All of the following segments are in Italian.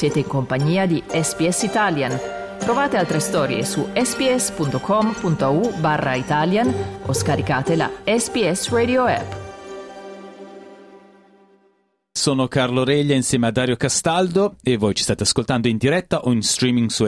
Siete in compagnia di SBS Italian. Trovate altre storie su sbs.com.au/Italian o scaricate la SBS Radio app. Sono Carlo Reglia insieme a Dario Castaldo e voi ci state ascoltando in diretta o in streaming su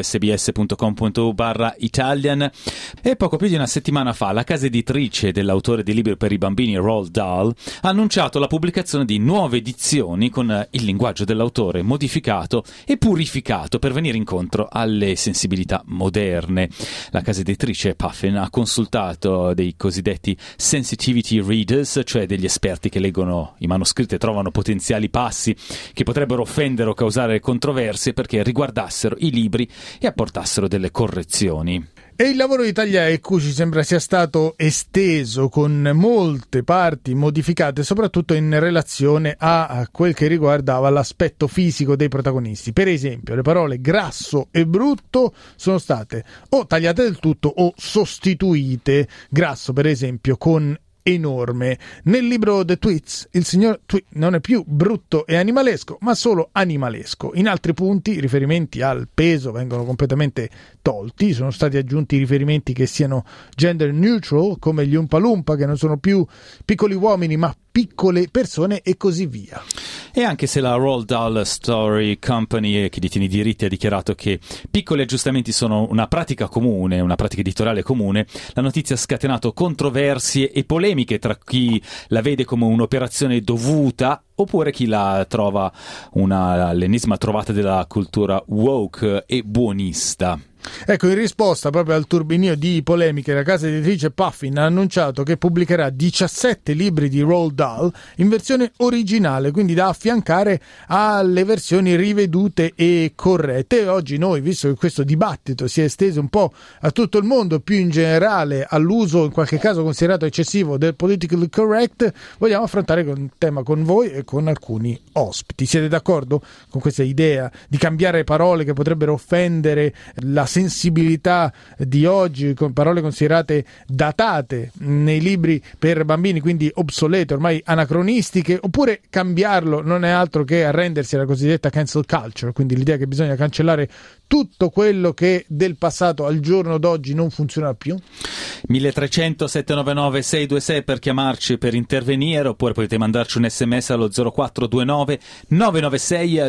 sbs.com.au/Italian. E poco più di una settimana fa la casa editrice dell'autore di libri per i bambini Roald Dahl ha annunciato la pubblicazione di nuove edizioni con il linguaggio dell'autore modificato e purificato per venire incontro alle sensibilità moderne. La casa editrice Puffin ha consultato dei cosiddetti sensitivity readers, cioè degli esperti che leggono i manoscritti e trovano potenziali passi che potrebbero offendere o causare controversie perché riguardassero i libri e apportassero delle correzioni. E il lavoro di taglia e cuci sembra sia stato esteso con molte parti modificate, soprattutto in relazione a quel che riguardava l'aspetto fisico dei protagonisti. Per esempio, le parole grasso e brutto sono state o tagliate del tutto o sostituite. Grasso, per esempio, con enorme. Nel libro The Tweets, il signor Tweet non è più brutto e animalesco, ma solo animalesco. In altri punti, i riferimenti al peso vengono completamente tolti, sono stati aggiunti riferimenti che siano gender neutral, come gli Oompa Loompa, che non sono più piccoli uomini, ma piccole persone, e così via. E anche se la Roald Dahl Story Company, che detiene i diritti, ha dichiarato che piccoli aggiustamenti sono una pratica comune, una pratica editoriale comune, la notizia ha scatenato controversie e polemiche tra chi la vede come un'operazione dovuta oppure chi la trova l'ennesima trovata della cultura woke e buonista. Ecco, in risposta proprio al turbinio di polemiche, la casa editrice Puffin ha annunciato che pubblicherà 17 libri di Roald Dahl in versione originale, quindi da affiancare alle versioni rivedute e corrette. E oggi noi, visto che questo dibattito si è esteso un po' a tutto il mondo, più in generale all'uso in qualche caso considerato eccessivo del politically correct, vogliamo affrontare un tema con voi e con alcuni ospiti. Siete d'accordo con questa idea di cambiare parole che potrebbero offendere la sensibilità di oggi, con parole considerate datate nei libri per bambini, quindi obsolete, ormai anacronistiche, oppure cambiarlo non è altro che arrendersi alla cosiddetta cancel culture, quindi l'idea che bisogna cancellare tutto quello che del passato al giorno d'oggi non funziona più? 1300 799 626 per chiamarci, per intervenire, oppure potete mandarci un sms allo 0429 996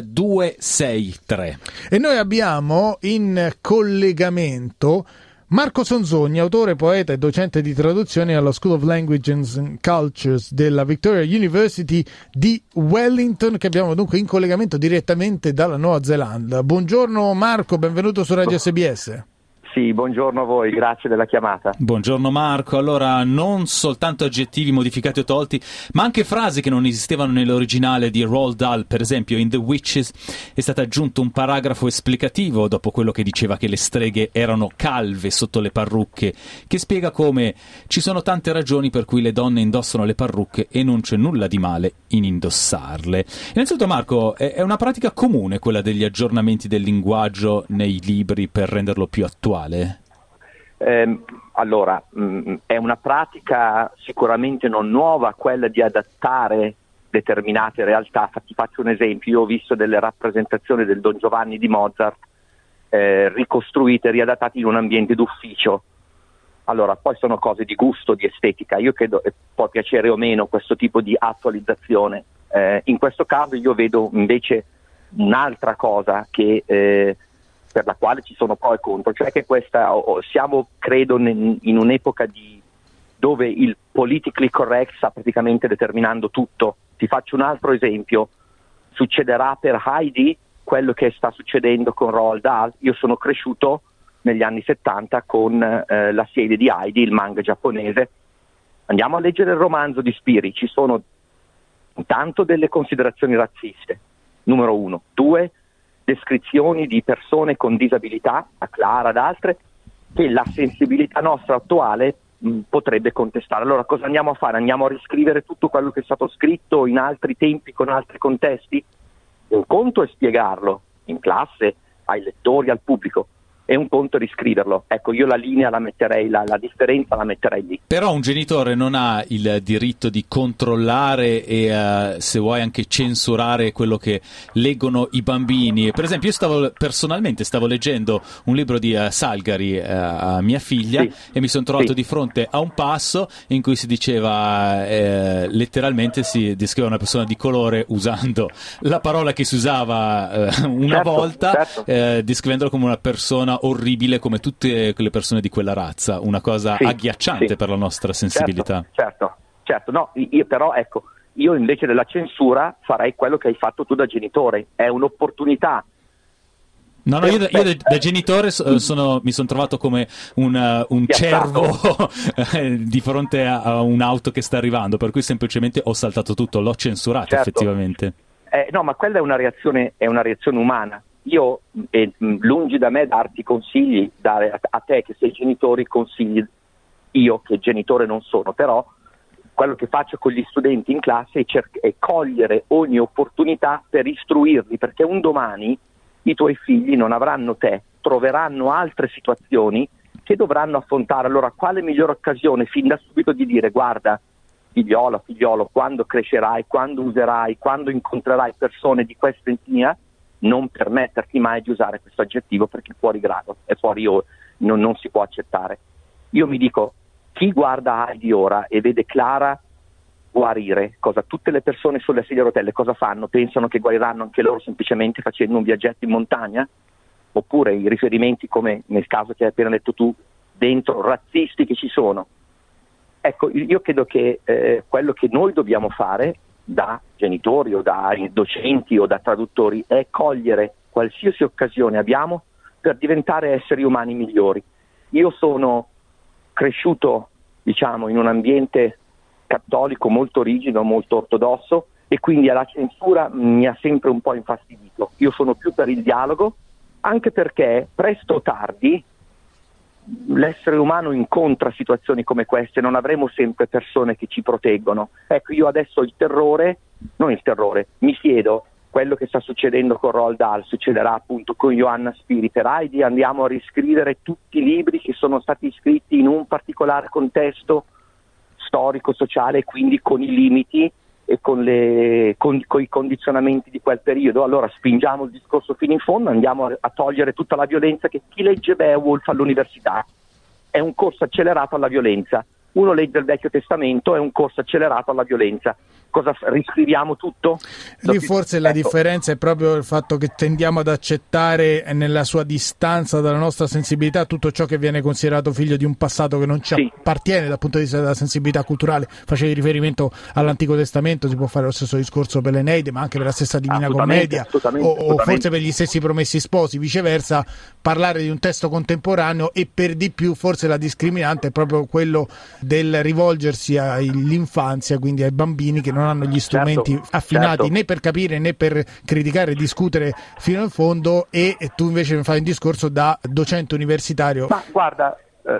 263. E noi abbiamo in collegamento Marco Sonzogni, autore, poeta e docente di traduzione alla School of Languages and Cultures della Victoria University di Wellington, che abbiamo dunque in collegamento direttamente dalla Nuova Zelanda. Buongiorno Marco, benvenuto su Radio SBS. Sì, buongiorno a voi, grazie della chiamata. Buongiorno Marco. Allora, non soltanto aggettivi modificati o tolti, ma anche frasi che non esistevano nell'originale di Roald Dahl. Per esempio, in The Witches è stato aggiunto un paragrafo esplicativo dopo quello che diceva che le streghe erano calve sotto le parrucche, che spiega come ci sono tante ragioni per cui le donne indossano le parrucche e non c'è nulla di male in indossarle. Innanzitutto Marco, è una pratica comune quella degli aggiornamenti del linguaggio nei libri per renderlo più attuale? Allora, è una pratica sicuramente non nuova quella di adattare determinate realtà. Ti faccio un esempio: io ho visto delle rappresentazioni del Don Giovanni di Mozart ricostruite, riadattate in un ambiente d'ufficio. Allora, poi sono cose di gusto, di estetica. Io credo può piacere o meno questo tipo di attualizzazione. In questo caso io vedo invece un'altra cosa che per la quale ci sono pro e contro, cioè che siamo, credo, in un'epoca dove il politically correct sta praticamente determinando tutto. Ti faccio un altro esempio: succederà per Heidi quello che sta succedendo con Roald Dahl. Io sono cresciuto negli anni 70 con la serie di Heidi, il manga giapponese. Andiamo a leggere il romanzo di Spiri, ci sono intanto delle considerazioni razziste, numero 1. 2, descrizioni di persone con disabilità, a Clara ed altre, che la sensibilità nostra attuale potrebbe contestare. Allora cosa andiamo a fare? Andiamo a riscrivere tutto quello che è stato scritto in altri tempi, con altri contesti? Un conto è spiegarlo in classe, ai lettori, al pubblico. e un conto è riscriverlo. Ecco, io la linea la metterei, la differenza la metterei lì. Però un genitore non ha il diritto di controllare e se vuoi anche censurare quello che leggono i bambini. Per esempio, io personalmente stavo leggendo un libro di Salgari a mia figlia, sì, e mi sono trovato sì, di fronte a un passo in cui si diceva letteralmente, si descriveva una persona di colore usando la parola che si usava una volta, descrivendola come una persona orribile come tutte quelle persone di quella razza, una cosa agghiacciante per la nostra sensibilità. Certo, no, io però ecco, io invece della censura farei quello che hai fatto tu da genitore, è un'opportunità. No, io da genitore mi sono trovato come un cervo di fronte a un'auto che sta arrivando, per cui semplicemente ho saltato tutto, l'ho censurato effettivamente. No, ma quella è una reazione umana. Io, lungi da me darti consigli, dare a te che sei genitore consigli, io che genitore non sono, però quello che faccio con gli studenti in classe è cogliere ogni opportunità per istruirli, perché un domani i tuoi figli non avranno te, troveranno altre situazioni che dovranno affrontare. Allora quale migliore occasione fin da subito di dire: guarda, figliolo, quando crescerai, quando userai, quando incontrerai persone di questa etnia, non permetterti mai di usare questo aggettivo perché è fuori grado, è fuori, non si può accettare. Io mi dico, chi guarda Heidi ora e vede Clara guarire, tutte le persone sulle sedie a rotelle cosa fanno? Pensano che guariranno anche loro semplicemente facendo un viaggetto in montagna? Oppure i riferimenti, come nel caso che hai appena detto tu, dentro razzisti che ci sono? Ecco, io credo che quello che noi dobbiamo fare da genitori o da docenti o da traduttori è cogliere qualsiasi occasione abbiamo per diventare esseri umani migliori. Io sono cresciuto, in un ambiente cattolico molto rigido, molto ortodosso, e quindi la censura mi ha sempre un po' infastidito. Io sono più per il dialogo, anche perché presto o tardi l'essere umano incontra situazioni come queste, non avremo sempre persone che ci proteggono. Ecco, io adesso mi chiedo, quello che sta succedendo con Roald Dahl succederà appunto con Johanna Spiri per Heidi, andiamo a riscrivere tutti i libri che sono stati scritti in un particolare contesto storico, sociale, e quindi con i limiti e con i condizionamenti di quel periodo. Allora spingiamo il discorso fino in fondo, andiamo a togliere tutta la violenza, che chi legge Beowulf all'università è un corso accelerato alla violenza. Uno legge il Vecchio Testamento, è un corso accelerato alla violenza. Cosa riscriviamo tutto? Lì forse la differenza è proprio il fatto che tendiamo ad accettare nella sua distanza dalla nostra sensibilità tutto ciò che viene considerato figlio di un passato che non ci appartiene dal punto di vista della sensibilità culturale. Facevi riferimento all'Antico Testamento, si può fare lo stesso discorso per l'Eneide, ma anche per la stessa Divina Commedia, o forse per gli stessi Promessi Sposi. Viceversa, parlare di un testo contemporaneo, e per di più forse la discriminante è proprio quello del rivolgersi all'infanzia, quindi ai bambini che non hanno gli strumenti affinati né per capire né per criticare e discutere fino in fondo, e tu invece mi fai un discorso da docente universitario. Ma guarda,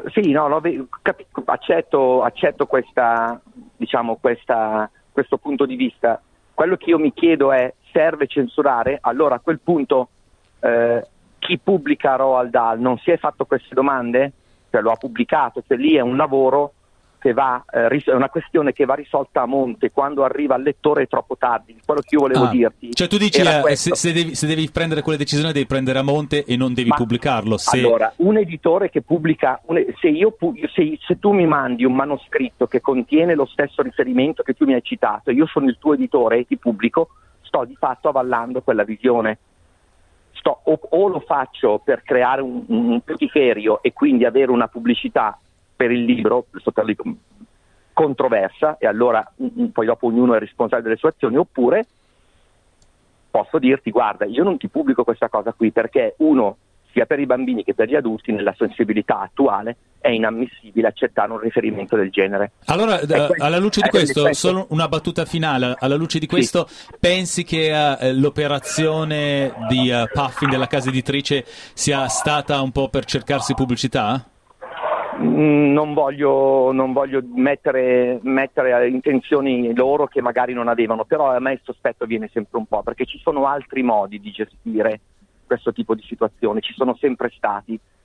accetto questa, questo punto di vista. Quello che io mi chiedo è: serve censurare? Allora a quel punto chi pubblica Roald Dahl non si è fatto queste domande? Cioè lo ha pubblicato, cioè lì è un lavoro che è una questione che va risolta a monte. Quando arriva al lettore è troppo tardi. Quello che io volevo dirti, cioè tu dici se devi prendere quelle decisioni devi prendere a monte e non devi pubblicarlo. Allora, un editore che pubblica se tu mi mandi un manoscritto che contiene lo stesso riferimento che tu mi hai citato, io sono il tuo editore e ti pubblico, sto di fatto avallando quella visione. O lo faccio per creare un putiferio e quindi avere una pubblicità per il libro controversa, e allora poi dopo ognuno è responsabile delle sue azioni, oppure posso dirti: guarda, io non ti pubblico questa cosa qui perché, uno, sia per i bambini che per gli adulti, nella sensibilità attuale è inammissibile accettare un riferimento del genere. Allora, alla luce di questo, solo una battuta finale, alla luce di questo, pensi che l'operazione di Puffin della casa editrice sia stata un po' per cercarsi pubblicità? Non voglio mettere intenzioni loro che magari non avevano, però a me il sospetto viene sempre un po', perché ci sono altri modi di gestire questo tipo di situazione, ci sono sempre stati.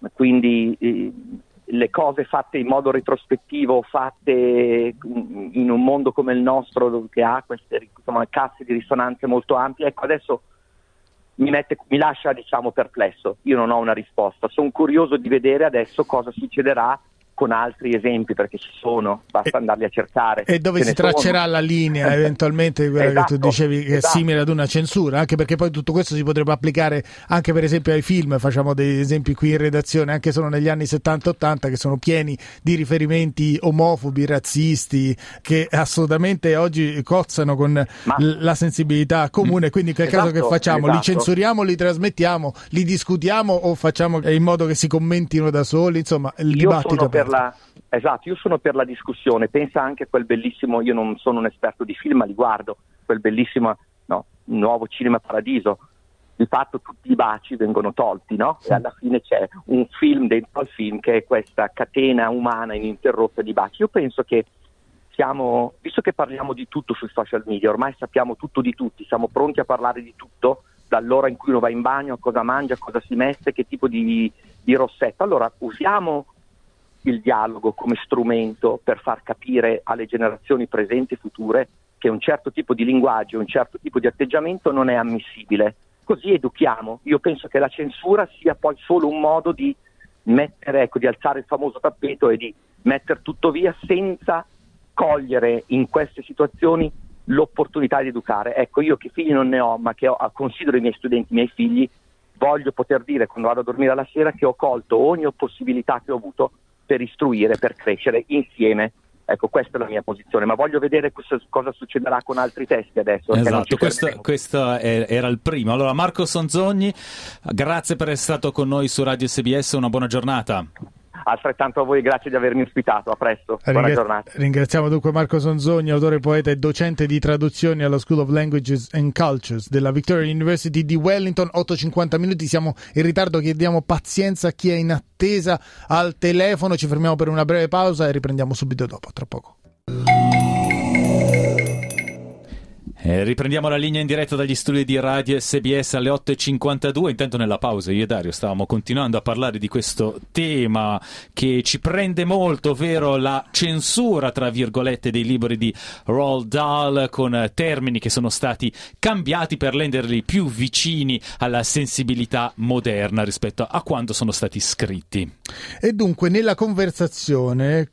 quindi le cose fatte in modo retrospettivo, fatte in un mondo come il nostro che ha queste casse di risonanza molto ampie, ecco, adesso mi lascia perplesso. Io non ho una risposta, sono curioso di vedere adesso cosa succederà con altri esempi, perché ci sono, basta andarli a cercare. E dove si traccerà la linea eventualmente, quella esatto, che tu dicevi che esatto. è simile ad una censura, anche perché poi tutto questo si potrebbe applicare anche per esempio ai film. Facciamo degli esempi qui in redazione, anche solo negli anni 70-80, che sono pieni di riferimenti omofobi, razzisti, che assolutamente oggi cozzano con la sensibilità comune. Quindi in quel caso che facciamo? Li censuriamo, li trasmettiamo, li discutiamo o facciamo in modo che si commentino da soli? Insomma, il dibattito io sono per la discussione. Pensa anche a quel bellissimo, io non sono un esperto di film, ma li guardo, quel bellissimo nuovo Cinema Paradiso. Di fatto tutti i baci vengono tolti, no? E alla fine c'è un film dentro al film che è questa catena umana ininterrotta di baci. Io penso che visto che parliamo di tutto sui social media, ormai sappiamo tutto di tutti, siamo pronti a parlare di tutto, dall'ora in cui uno va in bagno, a cosa mangia, a cosa si mette, che tipo di rossetto. Allora usiamo il dialogo come strumento per far capire alle generazioni presenti e future che un certo tipo di linguaggio, un certo tipo di atteggiamento non è ammissibile. Così educhiamo. Io penso che la censura sia poi solo un modo di di alzare il famoso tappeto e di mettere tutto via senza cogliere in queste situazioni l'opportunità di educare. Ecco, io che figli non ne ho, ma che considero i miei studenti, i miei figli, voglio poter dire quando vado a dormire alla sera che ho colto ogni possibilità che ho avuto per istruire, per crescere insieme. Ecco, questa è la mia posizione, ma voglio vedere cosa succederà con altri testi adesso. Esatto, questo era il primo. Allora, Marco Sonzogni, grazie per essere stato con noi su Radio SBS, una buona giornata. Altrettanto a voi, grazie di avermi ospitato, a presto, buona giornata. Ringraziamo dunque Marco Sonzogni, autore, poeta e docente di traduzioni alla School of Languages and Cultures della Victoria University di Wellington. 8:50 minuti, siamo in ritardo, chiediamo pazienza a chi è in attesa al telefono, ci fermiamo per una breve pausa e riprendiamo subito dopo, tra poco. Riprendiamo la linea in diretta dagli studi di Radio SBS alle 8:52. Intanto nella pausa io e Dario stavamo continuando a parlare di questo tema che ci prende molto, ovvero la censura tra virgolette dei libri di Roald Dahl, con termini che sono stati cambiati per renderli più vicini alla sensibilità moderna rispetto a quando sono stati scritti. E dunque nella conversazione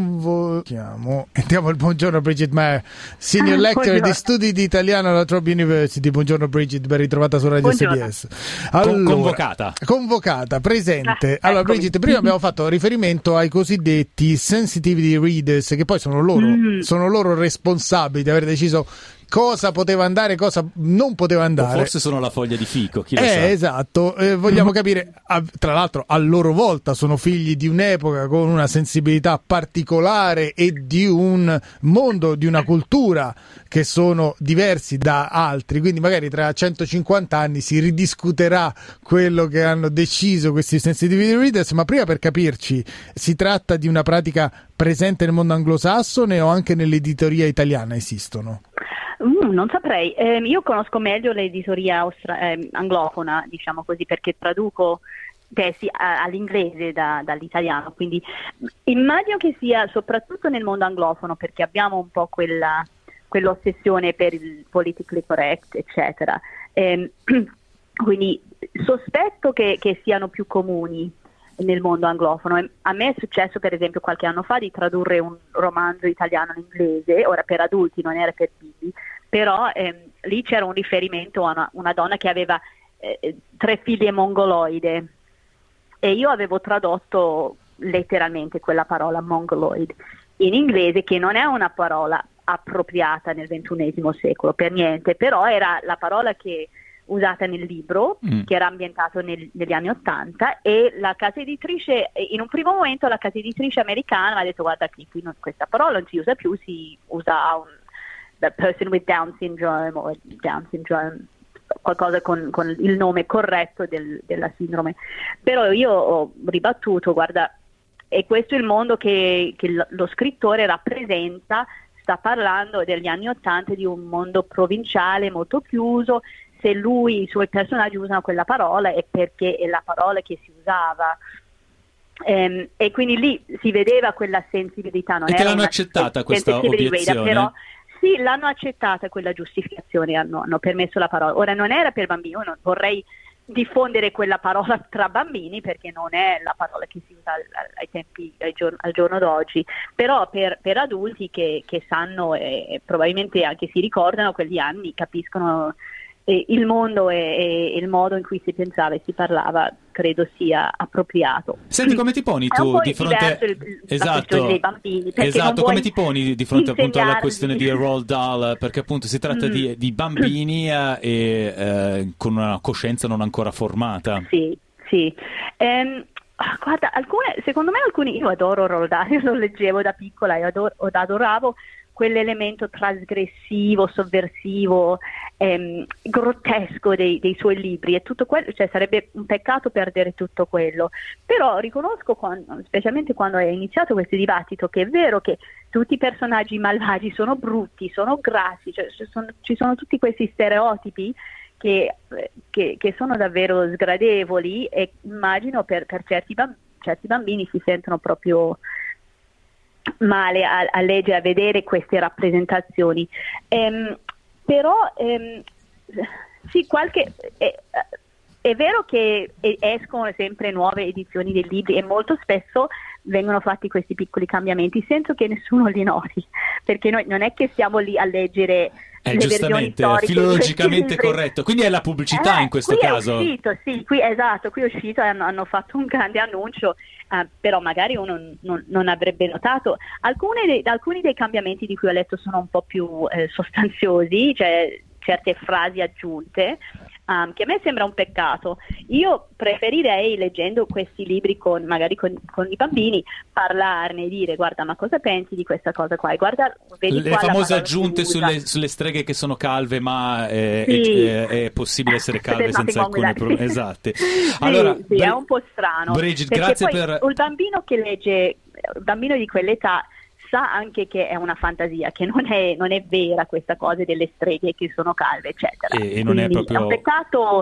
diamo il buongiorno a Bridget Mayer, Senior Lecturer di Studi di Italiano alla Trobe University. Buongiorno Bridget, ben ritrovata su Radio SBS. Allora, convocata, presente. Allora Bridget, prima abbiamo fatto riferimento ai cosiddetti sensitivity readers, che poi sono loro responsabili di aver deciso cosa poteva andare, cosa non poteva andare. O forse sono la foglia di fico, chi lo sa. Esatto, vogliamo capire, tra l'altro a loro volta sono figli di un'epoca con una sensibilità particolare e di un mondo, di una cultura che sono diversi da altri, quindi magari tra 150 anni si ridiscuterà quello che hanno deciso questi sensitivity readers. Ma prima, per capirci, si tratta di una pratica presente nel mondo anglosassone o anche nell'editoria italiana esistono? Non saprei, io conosco meglio l'editoria anglofona, diciamo così, perché traduco testi all'inglese dall'italiano, quindi immagino che sia soprattutto nel mondo anglofono, perché abbiamo un po' quell'ossessione per il politically correct, eccetera. Quindi sospetto che siano più comuni nel mondo anglofono. A me è successo per esempio qualche anno fa di tradurre un romanzo italiano in inglese, ora per adulti, non era per bimbi, però lì c'era un riferimento a una donna che aveva 3 figlie mongoloide e io avevo tradotto letteralmente quella parola mongoloid in inglese, che non è una parola appropriata nel XXI secolo per niente, però era la parola che usata nel libro, che era ambientato negli anni '80, e la casa editrice, in un primo momento la casa editrice americana mi ha detto: guarda, qui questa parola non si usa più, si usa the person with Down syndrome o Down syndrome, qualcosa con il nome corretto della sindrome. Però io ho ribattuto: guarda, e questo è il mondo che lo scrittore rappresenta, sta parlando degli anni '80, di un mondo provinciale molto chiuso. Se i suoi personaggi usano quella parola è perché è la parola che si usava. e quindi lì si vedeva quella sensibilità. Non e era che l'hanno una accettata questa obiezione? Però sì, l'hanno accettata quella giustificazione, hanno permesso la parola. Ora non era per bambini, io non vorrei diffondere quella parola tra bambini perché non è la parola che si usa al giorno d'oggi, però per adulti che sanno e probabilmente anche si ricordano quegli anni, capiscono il mondo e il modo in cui si pensava e si parlava, credo sia appropriato. Senti, come ti poni tu di fronte la questione dei bambini? Esatto, come ti poni di fronte appunto alla questione di Roald Dahl? Perché appunto si tratta di bambini e con una coscienza non ancora formata. Sì. Guarda, secondo me alcuni, io adoro Roald Dahl, io lo leggevo da piccola e adoravo quell'elemento trasgressivo, sovversivo, grottesco dei suoi libri, e tutto quello, cioè sarebbe un peccato perdere tutto quello. Però riconosco, specialmente quando è iniziato questo dibattito, che è vero che tutti i personaggi malvagi sono brutti, sono grassi, cioè ci sono tutti questi stereotipi che sono davvero sgradevoli, e immagino per certi bambini si sentono proprio male a leggere, a vedere queste rappresentazioni. Però sì, è vero che escono sempre nuove edizioni dei libri e molto spesso vengono fatti questi piccoli cambiamenti senza che nessuno li noti, perché noi non è che stiamo lì a leggere le versioni storiche, filologicamente corretto, quindi è la pubblicità in questo caso. È uscito, sì, qui è uscito e hanno fatto un grande annuncio, però magari uno non avrebbe notato. Alcuni dei cambiamenti di cui ho letto sono un po' più sostanziosi, cioè certe frasi aggiunte, che a me sembra un peccato. Io preferirei, leggendo questi libri magari con i bambini, parlarne e dire: guarda, ma cosa pensi di questa cosa qua? E guarda, vedi le qua famose aggiunte sulle streghe che sono calve, ma è possibile essere calve senza alcune problemi. Esatto. Allora, sì, è un po' strano. Brigitte, grazie per il bambino che legge, il bambino di quell'età sa anche che è una fantasia, che non è vera questa cosa delle streghe che sono calve, eccetera. E non è proprio... È un peccato,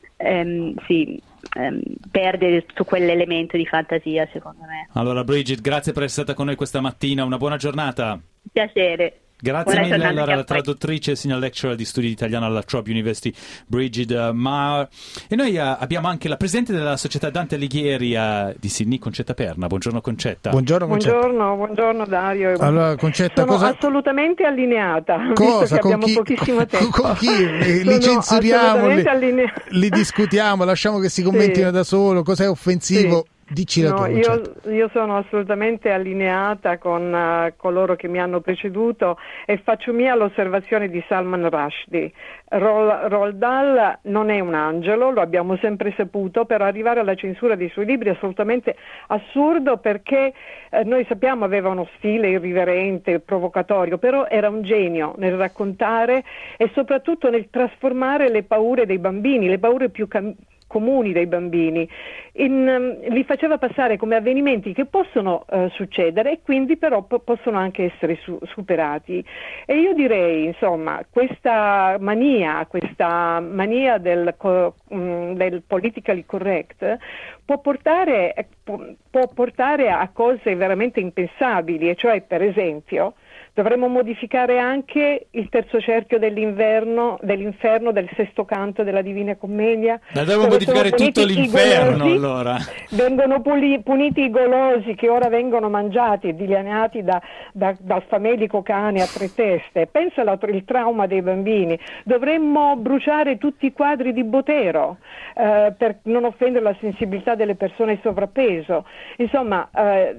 perdere tutto quell'elemento di fantasia, secondo me. Allora, Brigitte, grazie per essere stata con noi questa mattina, una buona giornata. Piacere. Grazie mille alla traduttrice e senior lecturer di studi di italiano alla Trobe University, Brigitte Maher. E noi abbiamo anche la presidente della società Dante Alighieri di Sydney, Concetta Perna. Buongiorno Concetta. Buongiorno Dario. Allora, Concetta, sono assolutamente allineata. Cosa? Abbiamo pochissimo tempo. Con chi? Li censuriamo, li discutiamo, lasciamo che si commentino da solo. Cos'è offensivo? Sì. Dici la tua. Io sono assolutamente allineata con coloro che mi hanno preceduto e faccio mia l'osservazione di Salman Rushdie. Roald Dahl non è un angelo, lo abbiamo sempre saputo, però arrivare alla censura dei suoi libri è assolutamente assurdo, perché noi sappiamo aveva uno stile irriverente, provocatorio, però era un genio nel raccontare e soprattutto nel trasformare le paure dei bambini, le paure più comuni dei bambini, li faceva passare come avvenimenti che possono succedere e quindi però possono anche essere superati. E io direi, insomma, questa mania del politically correct può portare a cose veramente impensabili, e cioè, per esempio, dovremmo modificare anche il terzo cerchio dell'inferno del sesto canto della Divina Commedia. Dobbiamo modificare tutto l'inferno, allora. Vengono puniti i golosi, che ora vengono mangiati e dilaniati dal famelico cane a tre teste. Pensa il trauma dei bambini. Dovremmo bruciare tutti i quadri di Botero per non offendere la sensibilità delle persone in sovrappeso. Insomma,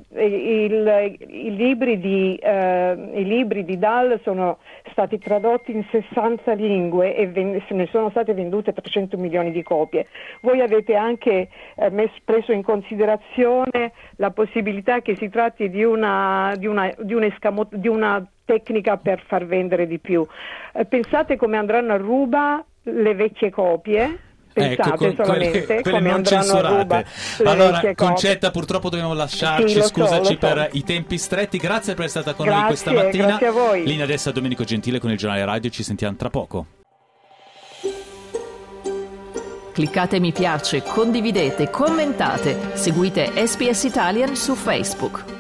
i libri di Dahl sono stati tradotti in 60 lingue e ne sono state vendute 300 milioni di copie. Voi avete anche preso in considerazione la possibilità che si tratti di una tecnica per far vendere di più. Pensate come andranno a ruba le vecchie copie. Pensate solamente quelle come non censurate. Allora, Concetta, purtroppo dobbiamo lasciarci, scusaci per i tempi stretti. Grazie per essere stata con noi questa mattina. Grazie a voi. Linea adesso a Domenico Gentile con il giornale radio, ci sentiamo tra poco. Cliccate mi piace, condividete, commentate, seguite SBS Italian su Facebook.